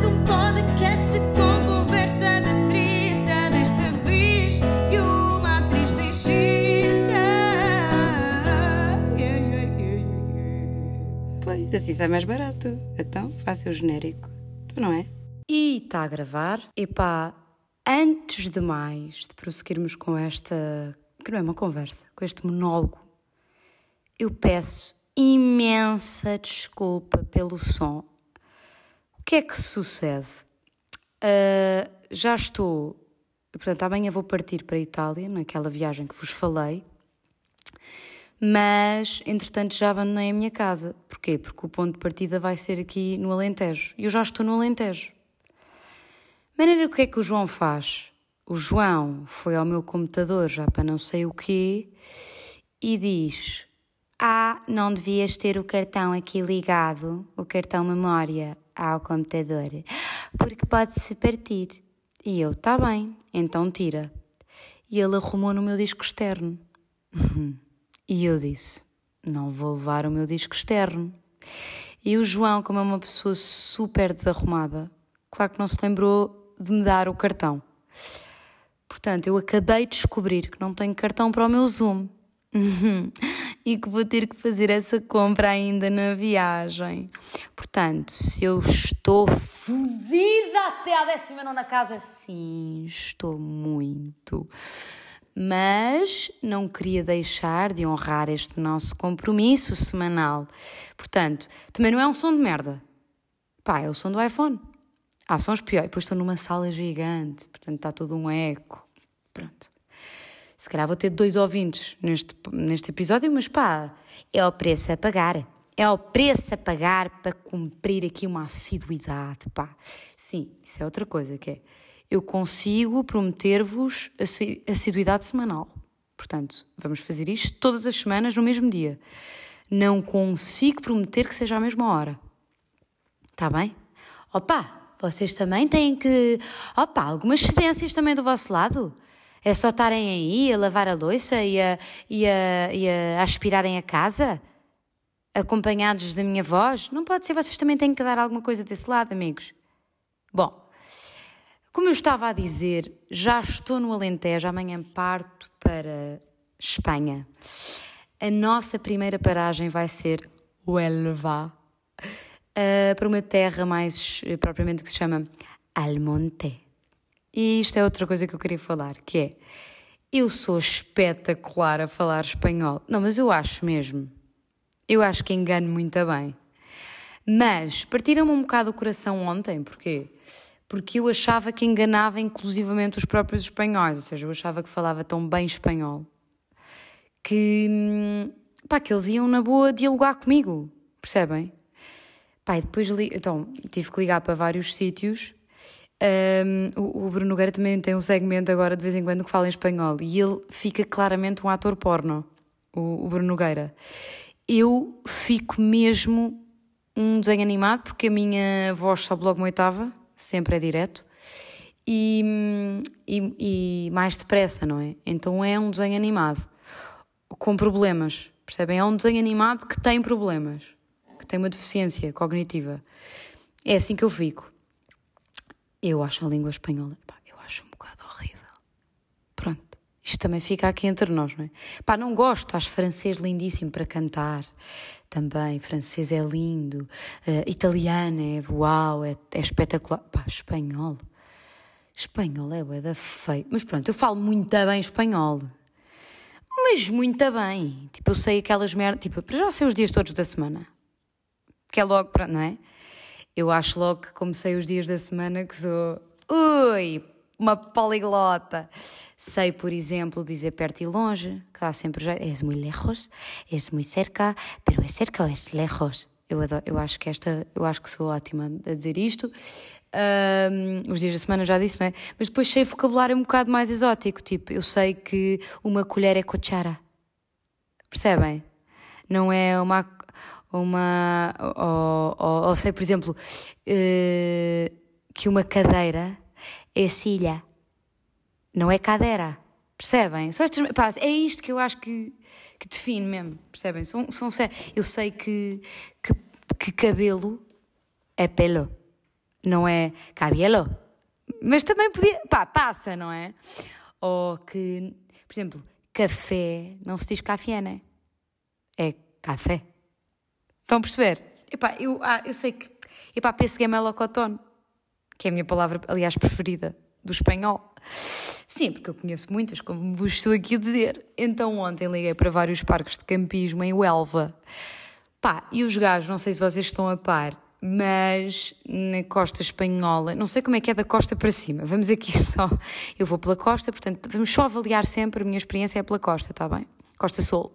um podcast com conversa de treta, desta vez de uma atriz sem chita. Pois, assim sai mais barato. Então, faça o genérico. Tu não é? E está a gravar. Epá, antes de mais, de prosseguirmos com esta, que não é uma conversa, com este monólogo, eu peço imensa desculpa pelo som. O que é que sucede? Já estou, portanto, amanhã vou partir para a Itália, naquela viagem que vos falei, mas, entretanto, já abandonei a minha casa. Porquê? Porque o ponto de partida vai ser aqui no Alentejo. E eu já estou no Alentejo. De maneira, o que é que o João faz? O João foi ao meu computador, já para não sei o quê, e diz: não devias ter o cartão aqui ligado, o cartão memória, ao computador, porque pode-se partir. E eu, tá bem, então tira. E ele arrumou no meu disco externo. E eu disse: não vou levar o meu disco externo. E o João, como é uma pessoa super desarrumada, claro que não se lembrou de me dar o cartão. Portanto, eu acabei de descobrir que não tenho cartão para o meu Zoom. E que vou ter que fazer essa compra ainda na viagem. Portanto, se eu estou fodida até à 19ª casa, sim, estou muito. Mas não queria deixar de honrar este nosso compromisso semanal. Portanto, também não é um som de merda. Pá, é o som do iPhone. Há sons piores. Depois estou numa sala gigante, portanto está todo um eco. Pronto. Se calhar vou ter 2 ouvintes neste episódio, mas pá, é o preço a pagar. É o preço a pagar para cumprir aqui uma assiduidade, pá. Sim, isso é outra coisa, que é, eu consigo prometer-vos assiduidade semanal. Portanto, vamos fazer isto todas as semanas no mesmo dia. Não consigo prometer que seja à mesma hora. Está bem? Opa, vocês também têm que... Opa, algumas cedências também do vosso lado. É só estarem aí a lavar a louça e a aspirarem a casa, acompanhados da minha voz? Não pode ser, vocês também têm que dar alguma coisa desse lado, amigos. Bom, como eu estava a dizer, já estou no Alentejo, amanhã parto para Espanha. A nossa primeira paragem vai ser Huelva, para uma terra mais propriamente que se chama Almonte. E isto é outra coisa que eu queria falar, que é, eu sou espetacular a falar espanhol. Não, mas eu acho mesmo. Eu acho que engano muito bem. Mas partiram-me um bocado o coração ontem, porquê? Porque eu achava que enganava inclusivamente os próprios espanhóis, ou seja, eu achava que falava tão bem espanhol, que eles iam na boa dialogar comigo, percebem? E depois então, tive que ligar para vários sítios. O Bruno Nogueira também tem um segmento agora de vez em quando que fala em espanhol e ele fica claramente um ator porno, o Bruno Nogueira. Eu fico mesmo um desenho animado porque a minha voz sobe logo uma oitava, sempre é direto, e mais depressa, não é? Então é um desenho animado com problemas, percebem? É um desenho animado que tem problemas, que tem uma deficiência cognitiva. É assim que eu fico. Eu acho a língua espanhola, eu acho um bocado horrível. Pronto, isto também fica aqui entre nós, não é? Não gosto, acho francês lindíssimo para cantar. Também, francês é lindo, italiano é uau, é espetacular. Espanhol é bué da feio. Mas pronto, eu falo muito bem espanhol. Mas muito bem. Tipo, eu sei aquelas merdas, tipo, já sei os dias todos da semana. Que é logo, não é? Eu acho logo que, como sei os dias da semana, que sou, uma poliglota. Sei, por exemplo, dizer perto e longe, que dá sempre jeito. És muito lejos, és muito cerca, pero é cerca ou és lejos? Eu acho que sou ótima a dizer isto. Os dias da semana já disse, não é? Mas depois sei vocabulário um bocado mais exótico, tipo, eu sei que uma colher é cuchara. Percebem? Não é ou sei, por exemplo, que uma cadeira é silha, não é cadeira, percebem? É isto que eu acho que define mesmo, percebem? Eu sei que cabelo é pelo, não é cabelo. Mas também podia, passa, não é? Ou que, por exemplo, café, não se diz café, né? É café. Estão a perceber? Eu sei que, penso que é melocotón, que é a minha palavra, aliás, preferida do espanhol. Sim, porque eu conheço muitas, como vos estou aqui a dizer. Então ontem liguei para vários parques de campismo em Huelva. E os gajos, não sei se vocês estão a par, mas na costa espanhola, não sei como é que é da costa para cima, vamos aqui só, eu vou pela costa, portanto vamos só avaliar sempre, a minha experiência é pela costa, está bem? Costa Sul.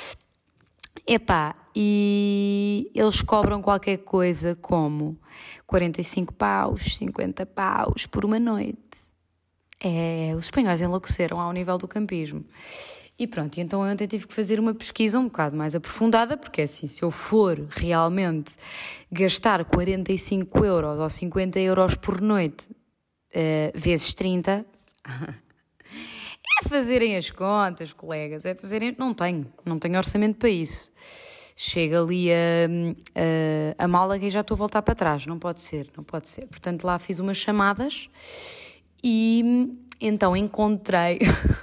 E eles cobram qualquer coisa como 45 paus, 50 paus por uma noite. Os espanhóis enlouqueceram ao nível do campismo. E pronto, então eu ontem tive que fazer uma pesquisa um bocado mais aprofundada, porque assim, se eu for realmente gastar 45 euros ou 50 euros por noite vezes 30, é fazerem as contas, colegas, não tenho orçamento para isso. Chega ali a Málaga e já estou a voltar para trás, não pode ser. Portanto, lá fiz umas chamadas e então encontrei...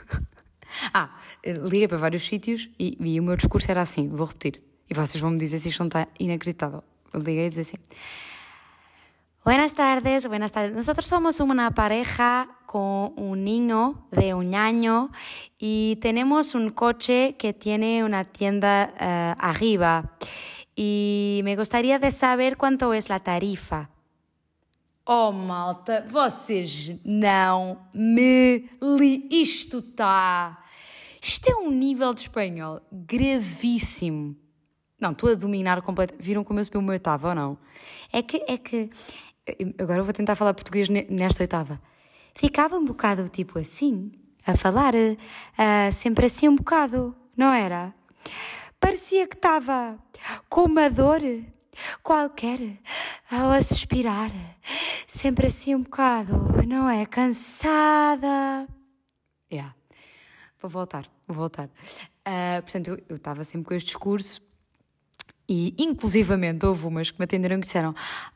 liguei para vários sítios e o meu discurso era assim, vou repetir, e vocês vão me dizer se isto não está inacreditável. Liguei a dizer assim: Buenas tardes, nosotros somos una pareja con un niño de 1 año y tenemos un coche que tiene una tienda arriba y me gustaría de saber cuánto es la tarifa. Oh, malta, vocês não me Isto é um nível de espanhol gravíssimo. Não, estou a dominar completamente. Viram como eu subi uma oitava ou não? É que... Agora eu vou tentar falar português nesta oitava. Ficava um bocado tipo assim, a falar, sempre assim um bocado, não era? Parecia que estava com uma dor qualquer, a suspirar, sempre assim um bocado, não é? Cansada. Vou voltar. Portanto, eu estava sempre com este discurso e, inclusivamente, houve umas que me atenderam e disseram: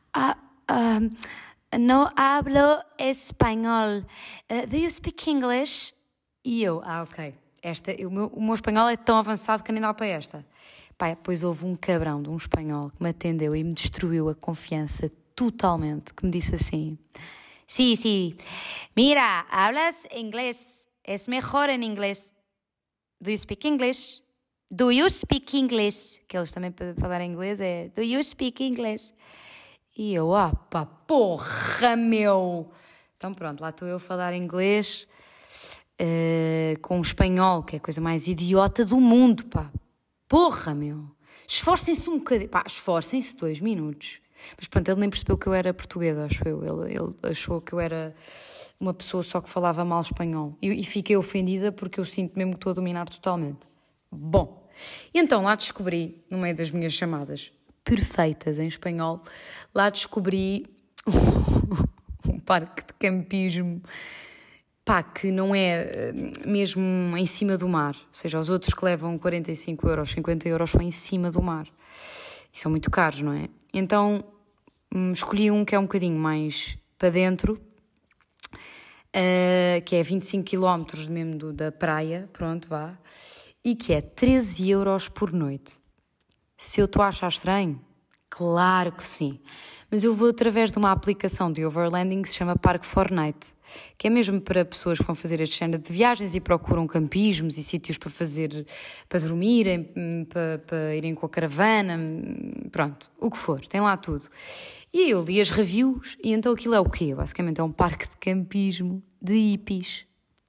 no hablo espanhol. Do you speak English? E eu, ok. O meu espanhol é tão avançado que nem dá para esta. Depois houve um cabrão de um espanhol que me atendeu e me destruiu a confiança totalmente, que me disse assim: Sí, mira, hablas inglés. Es mejor en inglés. Do you speak English? Do you speak English? Que eles também para falar inglês é Do you speak English? E eu, porra, meu! Então pronto, lá estou eu a falar inglês com o espanhol, que é a coisa mais idiota do mundo, Porra, meu! Esforcem-se um bocadinho. Esforcem-se 2 minutos. Mas pronto, ele nem percebeu que eu era portuguesa, acho eu. Ele achou que eu era uma pessoa só que falava mal espanhol. E fiquei ofendida porque eu sinto mesmo que estou a dominar totalmente. Bom, então lá descobri, no meio das minhas chamadas perfeitas em espanhol, lá descobri um parque de campismo, que não é mesmo em cima do mar. Ou seja, os outros que levam 45 euros, 50 euros são em cima do mar. E são muito caros, não é? Então escolhi um que é um bocadinho mais para dentro, que é 25 km mesmo da praia, pronto, vá, e que é 13 euros por noite. Se eu estou a achar estranho? Claro que sim. Mas eu vou através de uma aplicação de overlanding que se chama Park Fortnite, que é mesmo para pessoas que vão fazer este género de viagens e procuram campismos e sítios para dormirem, para irem com a caravana, pronto, o que for, tem lá tudo. E eu li as reviews e então aquilo é o quê? Basicamente é um parque de campismo de hippies.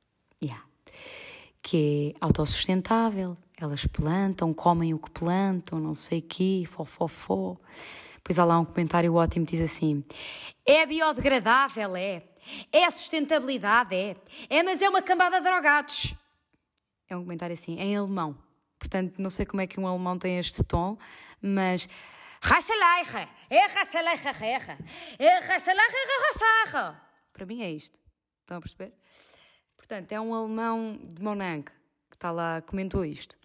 Que é autossustentável. Elas plantam, comem o que plantam, não sei o quê, fofofó. Depois há lá um comentário ótimo que diz assim: é biodegradável, é sustentabilidade, mas é uma cambada de drogados. É um comentário assim, em alemão. Portanto, não sei como é que um alemão tem este tom, mas... Para mim é isto. Estão a perceber? Portanto, é um alemão de Monanque que está lá, comentou isto.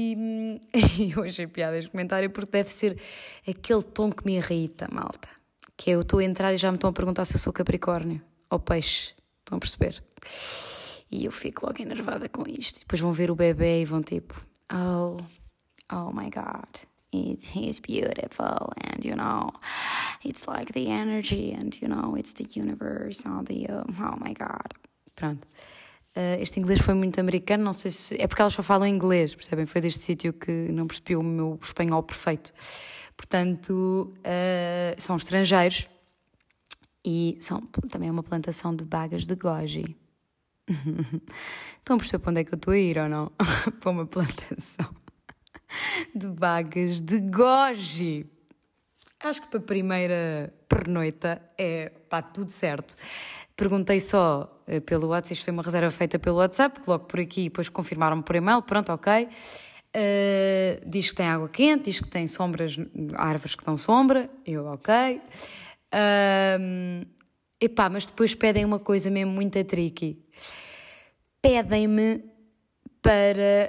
E eu achei piada este comentário porque deve ser aquele tom que me irrita, malta. que é eu estou a entrar e já me estão a perguntar se eu sou Capricórnio ou Peixe, estão a perceber? E eu fico logo enervada com isto. Depois vão ver o bebê e vão tipo, oh my God, he's beautiful, and it's like the energy, and it's the universe, oh my God. Pronto. Este inglês foi muito americano, não sei se... É porque elas só falam inglês, percebem? Foi deste sítio que não percebi o meu espanhol perfeito. Portanto, são estrangeiros e são também uma plantação de bagas de goji. Estão a perceber para onde é que eu estou a ir ou não? Para uma plantação de bagas de goji. Acho que para a primeira pernoita está tudo certo. Perguntei só pelo WhatsApp, isto foi uma reserva feita pelo WhatsApp, logo por aqui, depois confirmaram-me por e-mail, pronto, ok. Diz que tem água quente, diz que tem sombras, árvores que dão sombra, eu ok. Mas depois pedem uma coisa mesmo muito tricky. Pedem-me para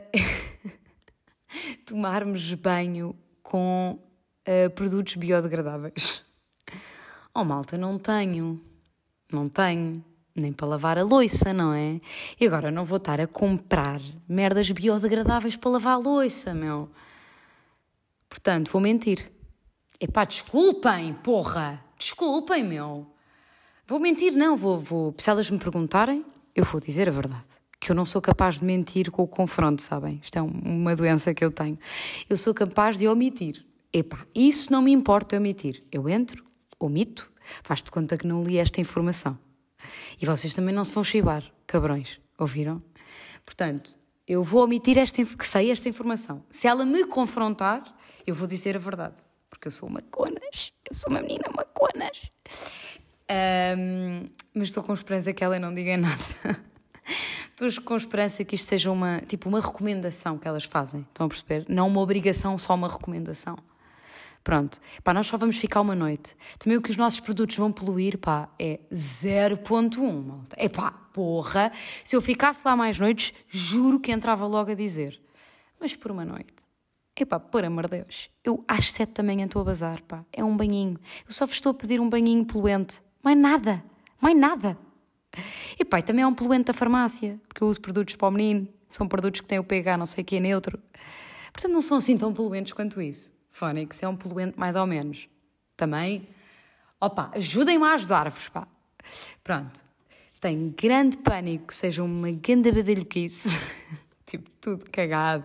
tomarmos banho com produtos biodegradáveis. Oh malta, não tenho, nem para lavar a louça, não é? E agora não vou estar a comprar merdas biodegradáveis para lavar a louça, meu. Portanto, vou mentir. Desculpem, porra! Desculpem, meu. Vou mentir, não, vou. Se elas me perguntarem, eu vou dizer a verdade. Que eu não sou capaz de mentir com o confronto, sabem? Isto é uma doença que eu tenho. Eu sou capaz de omitir. Isso não me importa eu omitir. Eu entro, omito, faz-te conta que não li esta informação. E vocês também não se vão chibar, cabrões, ouviram? Portanto, eu vou omitir que sei esta informação. Se ela me confrontar, eu vou dizer a verdade. Porque eu sou uma conas, eu sou uma menina maconas. Mas estou com esperança que ela não diga nada. Estou com esperança que isto seja uma recomendação que elas fazem, estão a perceber? Não uma obrigação, só uma recomendação. Pronto, nós só vamos ficar uma noite. Também o que os nossos produtos vão poluir, é 0.1, malta. Porra, se eu ficasse lá mais noites, juro que entrava logo a dizer. Mas por uma noite, por amor de Deus, eu às 7 da manhã estou a bazar, é um banhinho. Eu só vos estou a pedir um banhinho poluente, mais nada. E também é um poluente da farmácia, porque eu uso produtos para o menino, são produtos que têm o pH não sei o que é neutro. Portanto, não são assim tão poluentes quanto isso. Fónix é um poluente mais ou menos. Também, ajudem-me a ajudar-vos, Pronto. Tenho grande pânico que seja uma grande badalhoquice. Tudo cagado.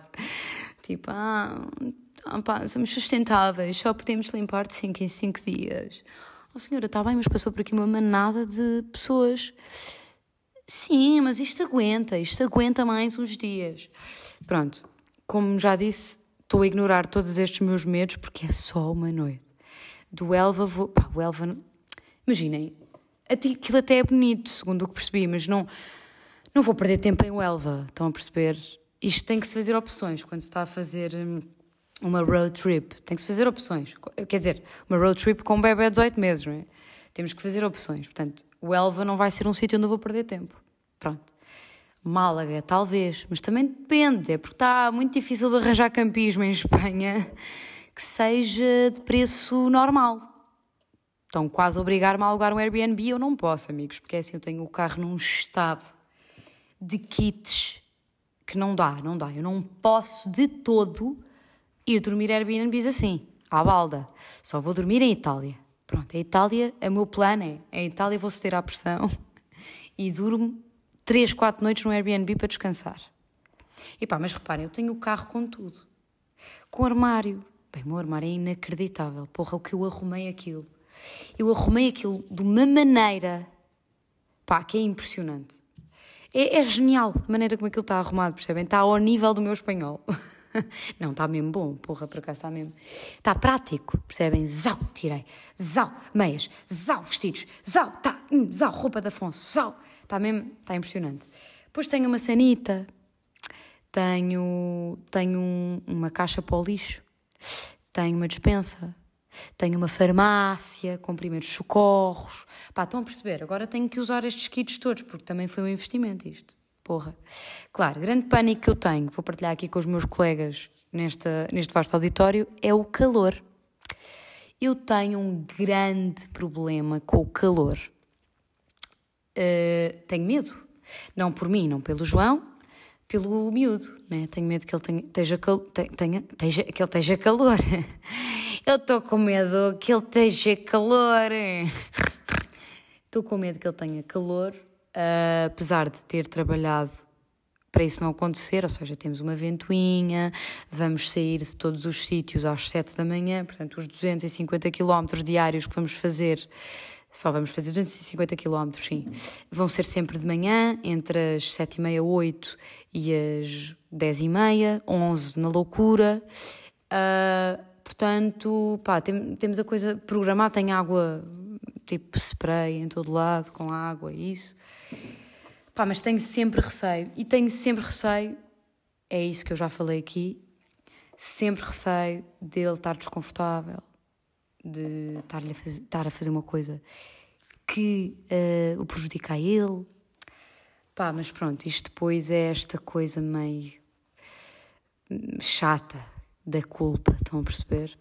Somos sustentáveis, só podemos limpar de 5 em 5 dias. Oh senhora, está bem, mas passou por aqui uma manada de pessoas. Sim, mas isto aguenta mais uns dias. Pronto, como já disse, estou a ignorar todos estes meus medos porque é só uma noite. Do Elva o Elva... Imaginem, aquilo até é bonito, segundo o que percebi, mas não vou perder tempo em Elva, estão a perceber? Isto tem que se fazer opções quando se está a fazer uma road trip. Tem que se fazer opções. Quer dizer, uma road trip com um bebê de 18 meses, não é? Temos que fazer opções. Portanto, o Elva não vai ser um sítio onde eu vou perder tempo. Pronto. Málaga, talvez. Mas também depende. É porque está muito difícil de arranjar campismo em Espanha que seja de preço normal. Estão quase a obrigar-me a alugar um Airbnb. Eu não posso, amigos. Porque é assim, eu tenho o carro num estado de kits que não dá. Eu não posso de todo ir dormir Airbnbs assim, à balda. Só vou dormir em Itália. Pronto, a Itália, o meu plano é, em Itália vou ceder à pressão e durmo 3, 4 noites no Airbnb para descansar. Mas reparem, eu tenho o carro com tudo. Com armário. Bem, o meu armário é inacreditável. Porra, o que eu arrumei aquilo. Eu arrumei aquilo de uma maneira, que é impressionante. É genial a maneira como aquilo está arrumado, percebem? Está ao nível do meu espanhol. Não, está mesmo bom, porra, por acaso está mesmo. Está prático, percebem? Zau, tirei. Zau, meias. Zau, vestidos. Zau, zau, roupa de Afonso. Zau. Está mesmo, está impressionante. Depois tenho uma sanita. Tenho uma caixa para o lixo. Tenho uma despensa. Tenho uma farmácia com primeiros socorros. Estão a perceber? Agora tenho que usar estes kits todos, porque também foi um investimento isto. Porra. Claro, grande pânico que eu tenho, vou partilhar aqui com os meus colegas neste vasto auditório, é o calor. Eu tenho um grande problema com o calor. Tenho medo. Não por mim, não pelo João, pelo miúdo, né? Tenho medo que ele esteja calor. Eu estou com medo que ele esteja calor. Estou com medo que ele tenha calor, apesar de ter trabalhado para isso não acontecer, ou seja, temos uma ventoinha, vamos sair de todos os sítios às 7 da manhã, portanto os 250 km diários que vamos fazer, só vamos fazer 250 km, sim, vão ser sempre de manhã, entre as 7h30, 8 e as 10h30, 11 na loucura, portanto, pá, temos a coisa programada, tem água, tipo spray em todo lado, com água e isso. Pá, mas tenho sempre receio, é isso que eu já falei aqui, sempre receio dele estar desconfortável, de estar a fazer uma coisa que o prejudica a ele. Pá, mas pronto, isto depois é esta coisa meio chata da culpa, estão a perceber?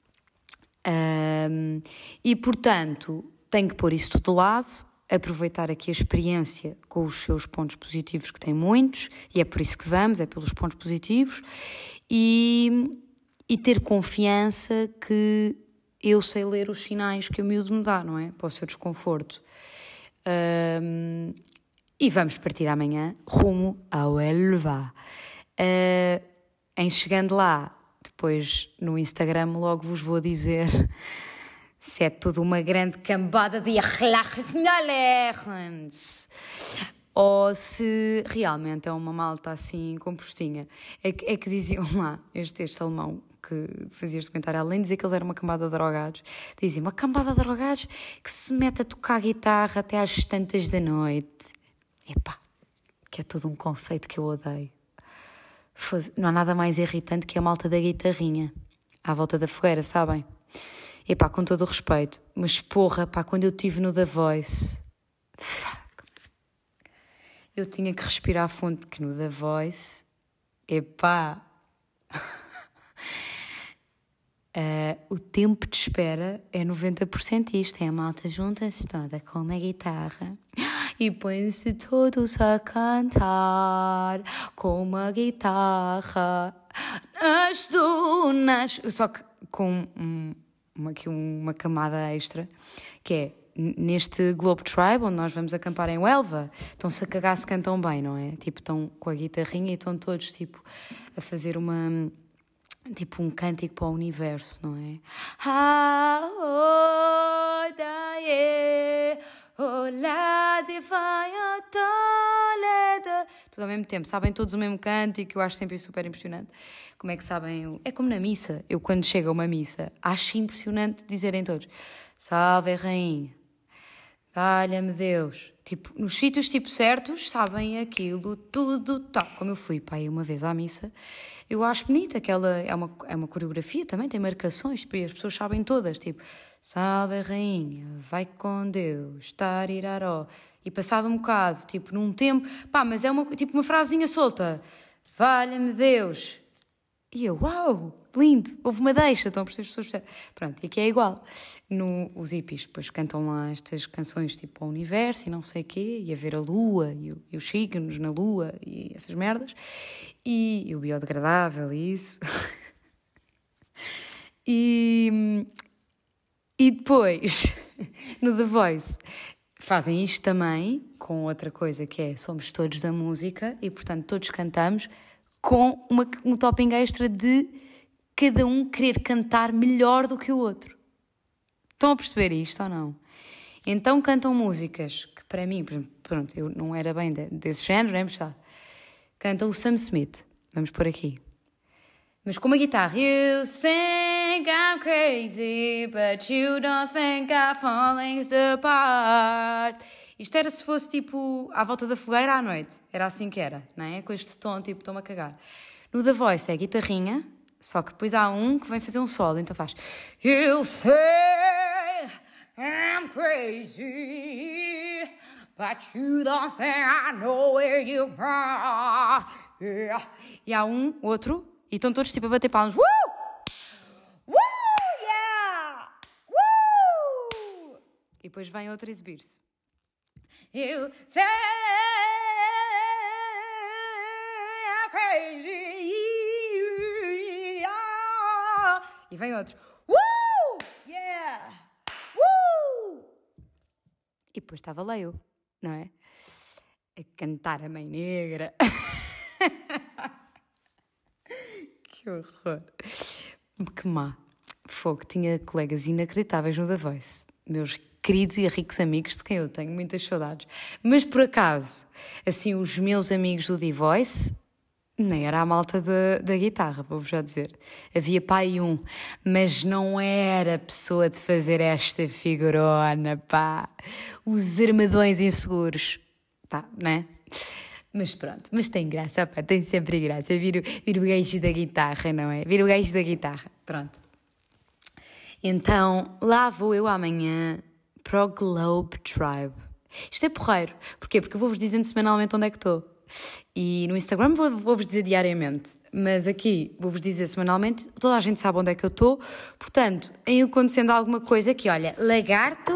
E portanto, tenho que pôr isso tudo de lado, aproveitar aqui a experiência com os seus pontos positivos, que tem muitos, e é por isso que vamos, é pelos pontos positivos, e ter confiança que eu sei ler os sinais que o miúdo me dá, não é? Para o seu desconforto. E vamos partir amanhã rumo ao Elva. Em chegando lá, depois no Instagram logo vos vou dizer se é tudo uma grande cambada de achlachs ou se realmente é uma malta assim compostinha. É que diziam lá, este alemão que fazia este comentário, além de dizer que eles eram uma cambada de drogados, dizia uma cambada de drogados que se mete a tocar guitarra até às tantas da noite. Epá, que é todo um conceito que eu odeio. Não há nada mais irritante que a malta da guitarrinha à volta da fogueira, sabem? Epá, com todo o respeito, mas porra, pá, quando eu estive no The Voice, eu tinha que respirar fundo, porque no The Voice, epá, o tempo de espera é 90% isto, é a malta junta-se toda com uma guitarra e põe-se todos a cantar com uma guitarra nas dunas, só que com uma camada extra, que é neste Globe Tribe, onde nós vamos acampar em Huelva, estão-se a cagar se cantam bem, não é? Tipo, estão com a guitarrinha e estão todos, tipo, a fazer um cântico para o universo, não é? Tudo ao mesmo tempo, sabem todos o mesmo cântico, eu acho sempre super impressionante. Como é que sabem? É como na missa, eu quando chego a uma missa, acho impressionante dizerem todos: Salve Rainha, valha-me Deus. Tipo, nos sítios tipo certos, sabem aquilo tudo, tá. Como eu fui, pá, uma vez à missa, eu acho bonita, aquela é uma coreografia também, tem marcações, tipo, e as pessoas sabem todas, tipo, Salve Rainha, vai com Deus, tariraró. E passado um bocado, tipo, num tempo, pá, mas é tipo uma frasinha solta, valha-me Deus. E eu, uau, lindo, houve uma deixa, estão a perceber as pessoas. Pronto, e aqui é igual. Os hippies depois cantam lá estas canções tipo ao universo e não sei o quê, e a ver a lua e os signos na lua e essas merdas. E o biodegradável e isso. E depois, no The Voice, fazem isto também com outra coisa que é, somos todos da música e portanto todos cantamos, com um topping extra de cada um querer cantar melhor do que o outro. Estão a perceber isto ou não? Então cantam músicas que para mim, pronto, eu não era bem desse género, né? Mas está. Cantam o Sam Smith, vamos por aqui. Mas com uma guitarra. You think I'm crazy, but you don't think I'm falling apart. Isto era se fosse tipo à volta da fogueira à noite. Era assim que era, não é? Com este tom, tipo, estou-me a cagar. No The Voice é guitarrinha, só que depois há um que vem fazer um solo, então faz You think I'm crazy, but you don't think I know where you are. Yeah. E há outro, e estão todos tipo a bater palmas. Yeah! E depois vem outro exibir-se. You think I'm crazy. E vem outro. Yeah! E depois estava lá eu, não é? A cantar a Mãe Negra. Que horror. Que má. Fogo, tinha colegas inacreditáveis no The Voice. Meus queridos e ricos amigos de quem eu tenho muitas saudades. Mas por acaso, assim, os meus amigos do The Voice, nem era a malta da guitarra, vou-vos já dizer. Havia pai um, mas não era pessoa de fazer esta figurona, pá. Os armadões inseguros, pá, né? Mas pronto, mas tem graça, pá, tem sempre graça. Vir o gajo da guitarra, não é? Vir o gajo da guitarra, pronto. Então, lá vou eu amanhã para o Globe Tribe. Isto é porreiro. Porquê? Porque eu vou-vos dizendo semanalmente onde é que estou. E no Instagram vou-vos dizer diariamente. Mas aqui vou-vos dizer semanalmente. Toda a gente sabe onde é que eu estou. Portanto, em acontecendo alguma coisa aqui, olha, lagarto.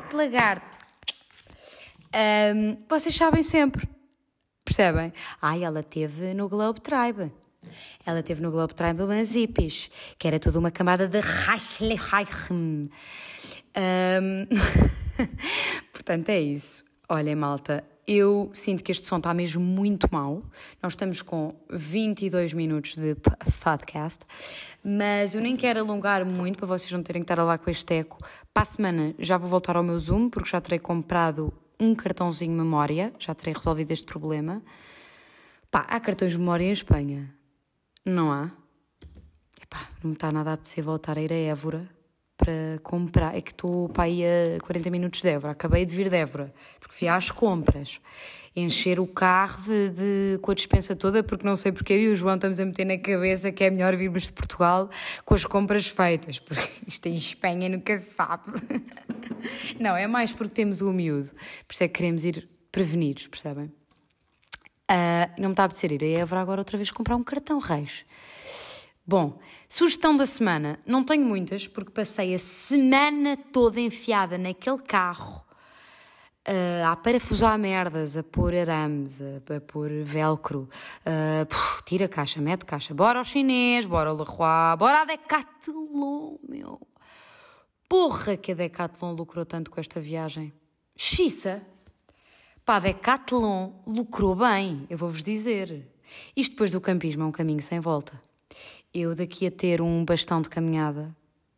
Vocês sabem sempre. Percebem? Ela esteve no Globe Tribe. Ela esteve no Globe Tribe de Manzipis, que era toda uma camada de Reichleichem. Portanto, é isso. Olhem, malta, eu sinto que este som está mesmo muito mau. Nós estamos com 22 minutos de podcast, mas eu nem quero alongar muito para vocês não terem que estar lá com este eco. Para a semana já vou voltar ao meu Zoom, porque já terei comprado um cartãozinho memória, já terei resolvido este problema. Pá, há cartões de memória em Espanha? Não há? Epá, não me está nada a apetecer voltar a ir a Évora para comprar. É que estou para aí a 40 minutos de Évora. Acabei de vir de Évora, porque fui às compras. Encher o carro com a despensa toda, porque não sei porque eu e o João estamos a meter na cabeça que é melhor virmos de Portugal com as compras feitas, porque isto em Espanha nunca se sabe. Não, é mais porque temos o miúdo. Por isso é que queremos ir prevenidos, percebem? Não me está a apetecer ir a Évora agora outra vez comprar um cartão Reis. Bom, sugestão da semana. Não tenho muitas, porque passei a semana toda enfiada naquele carro, a parafusar merdas, a pôr arames, a pôr velcro, tira caixa, mete caixa, bora ao chinês, bora ao Leroy, bora à Decathlon, meu. Porra que a Decathlon lucrou tanto com esta viagem. Xiça. Pá, a Decathlon lucrou bem, eu vou-vos dizer. Isto depois do campismo é um caminho sem volta. Eu daqui a ter um bastão de caminhada,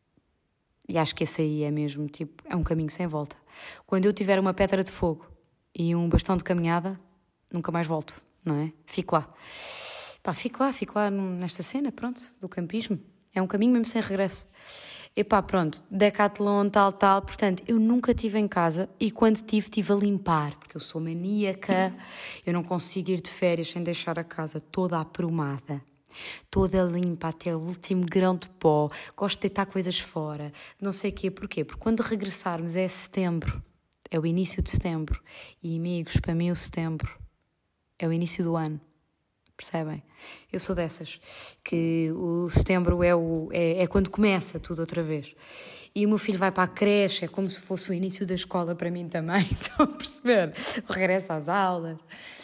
e acho que esse aí é mesmo, tipo, é um caminho sem volta. Quando eu tiver uma pedra de fogo e um bastão de caminhada, nunca mais volto, não é? Fico lá. Pá, fico lá nesta cena, pronto, do campismo. É um caminho mesmo sem regresso. E pá, pronto, Decathlon, tal, portanto, eu nunca estive em casa e quando estive a limpar, porque eu sou maníaca, eu não consigo ir de férias sem deixar a casa toda aprumada, toda limpa até o último grão de pó, gosto de deitar coisas fora, não sei o quê, porquê? Porque quando regressarmos é setembro, é o início de setembro, e amigos, para mim o setembro é o início do ano. Percebem? Eu sou dessas, que o setembro é quando começa tudo outra vez. E o meu filho vai para a creche, é como se fosse o início da escola para mim também, estão a perceber? O regresso às aulas.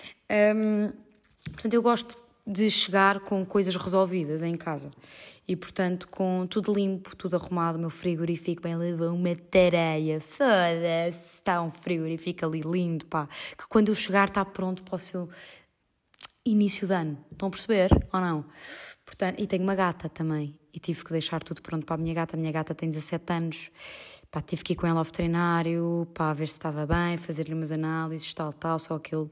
Portanto, eu gosto de chegar com coisas resolvidas em casa. E, portanto, com tudo limpo, tudo arrumado, o meu frigorífico bem levou uma tareia, foda-se, está um frigorífico ali lindo, pá, que quando eu chegar está pronto para o seu início de ano, estão a perceber ou não? Portanto, e tenho uma gata também e tive que deixar tudo pronto para a minha gata tem 17 anos, pá, tive que ir com ela ao veterinário, pá, ver se estava bem, fazer-lhe umas análises, tal, só aquele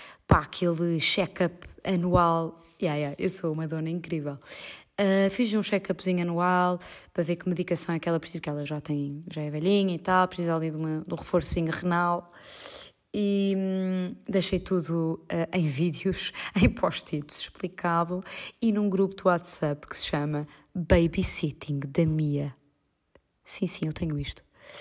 check-up anual, eu sou uma dona incrível. Fiz um check-upzinho anual para ver que medicação é que ela precisa, porque ela já é velhinha e tal, precisa ali de um reforcinho renal. E deixei tudo em vídeos, em post-its explicado e num grupo do WhatsApp que se chama Babysitting da Mia. Sim, eu tenho isto.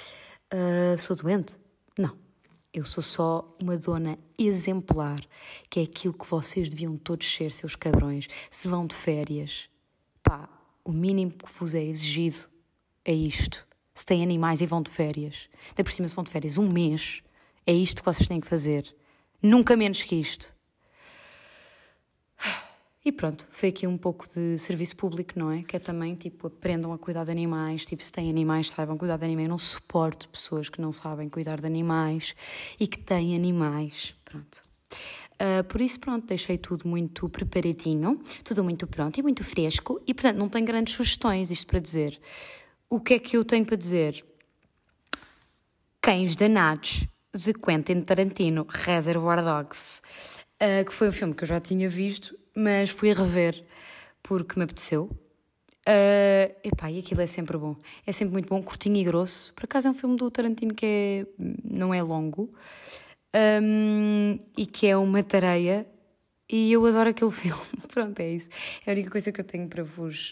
Sou doente? Não. Eu sou só uma dona exemplar, que é aquilo que vocês deviam todos ser, seus cabrões. Se vão de férias, pá, o mínimo que vos é exigido é isto. Se têm animais e vão de férias. Ainda por cima, se vão de férias 1 mês, é isto que vocês têm que fazer. Nunca menos que isto. E pronto, foi aqui um pouco de serviço público, não é? Que é também, tipo, aprendam a cuidar de animais. Tipo, se têm animais, saibam cuidar de animais. Eu não suporto pessoas que não sabem cuidar de animais e que têm animais. Pronto. Por isso, pronto, deixei tudo muito preparadinho, tudo muito pronto e muito fresco. E, portanto, não tenho grandes sugestões, isto para dizer. O que é que eu tenho para dizer? Cães Danados, de Quentin Tarantino, Reservoir Dogs, que foi um filme que eu já tinha visto, mas fui a rever porque me apeteceu. E aquilo é sempre bom. É sempre muito bom, curtinho e grosso. Por acaso é um filme do Tarantino que não é longo e que é uma tareia. E eu adoro aquele filme. Pronto, é isso. É a única coisa que eu tenho para vos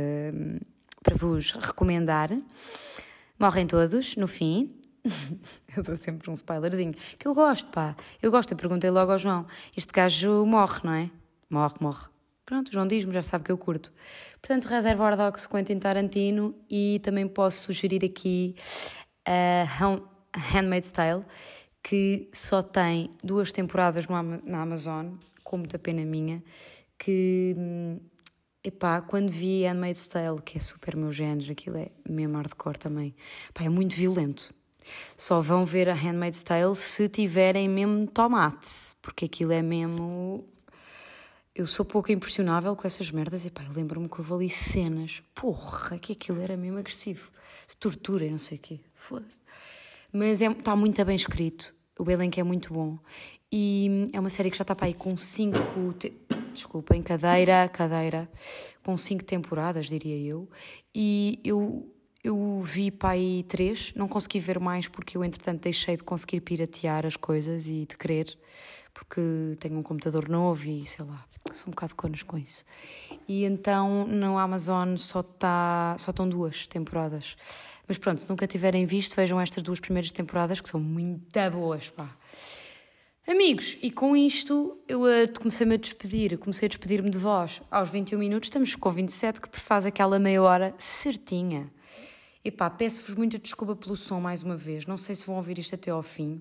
recomendar. Morrem todos, no fim. Eu dou sempre um spoilerzinho. Que eu gosto, pá. Eu perguntei logo ao João. Este gajo morre, não é? Morre. Pronto, o João diz-me, já sabe que eu curto. Portanto, Reservoir Dogs, Quentin Tarantino. E também posso sugerir aqui Handmaid's Tale, que só tem 2 temporadas na Amazon, com muita pena minha, que... quando vi Handmaid's Tale, que é super meu género, aquilo é mesmo hardcore também, é muito violento. Só vão ver a Handmaid's Tale se tiverem mesmo tomate, porque aquilo é mesmo... Eu sou pouco impressionável com essas merdas e eu lembro-me que houve ali cenas, que aquilo era mesmo agressivo, de tortura e não sei o quê, foda-se. Mas está muito bem escrito, o elenco é muito bom e é uma série que já está para aí com 5... Desculpem, cadeira, com 5 temporadas, diria eu, e eu vi para aí 3, não consegui ver mais porque eu, entretanto, deixei de conseguir piratear as coisas e de querer, porque tenho um computador novo e, sei lá, sou um bocado conas com isso. E então, no Amazon só estão 2 temporadas. Mas pronto, se nunca tiverem visto, vejam estas 2 primeiras temporadas, que são muito boas, pá. Amigos, e com isto eu comecei a despedir-me de vós aos 21 minutos, estamos com 27, que faz aquela meia hora certinha. E peço-vos muita desculpa pelo som mais uma vez, não sei se vão ouvir isto até ao fim.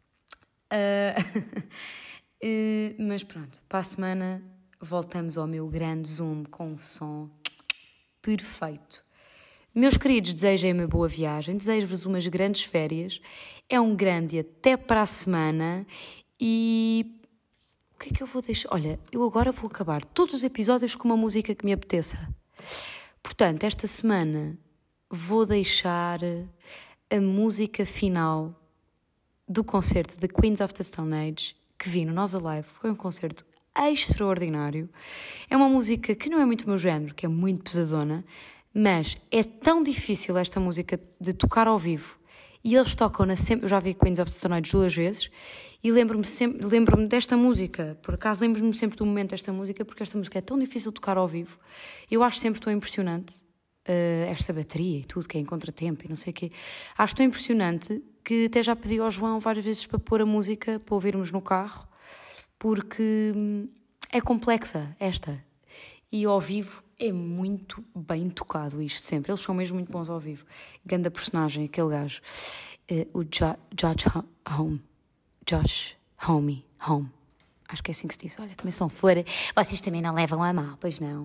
Mas pronto, para a semana voltamos ao meu grande Zoom com um som perfeito. Meus queridos, desejem-me boa viagem, desejo-vos umas grandes férias, é um grande até para a semana. E o que é que eu vou deixar? Olha, eu agora vou acabar todos os episódios com uma música que me apeteça. Portanto, esta semana vou deixar a música final do concerto de Queens of the Stone Age, que vi no Nós Alive. Foi um concerto extraordinário. É uma música que não é muito meu género, que é muito pesadona, mas é tão difícil esta música de tocar ao vivo. E eles tocam-na sempre... Eu já vi Queens of the Stone Age 2 vezes e lembro-me desta música. Por acaso lembro-me sempre do momento desta música, porque esta música é tão difícil de tocar ao vivo. Eu acho sempre tão impressionante esta bateria e tudo, que é em contratempo e não sei o quê. Acho tão impressionante que até já pedi ao João várias vezes para pôr a música, para ouvirmos no carro, porque é complexa esta. E ao vivo é muito bem tocado isto sempre. Eles são mesmo muito bons ao vivo. Ganda personagem, aquele gajo. O Josh Homme. Acho que é assim que se diz. Olha, também são fora. Vocês também não levam a mal, pois não.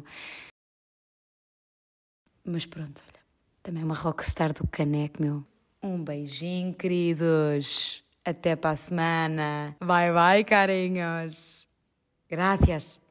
Mas pronto, olha. Também é uma rockstar do caneco, meu. Um beijinho, queridos. Até para a semana. Bye, bye, carinhos. Gracias.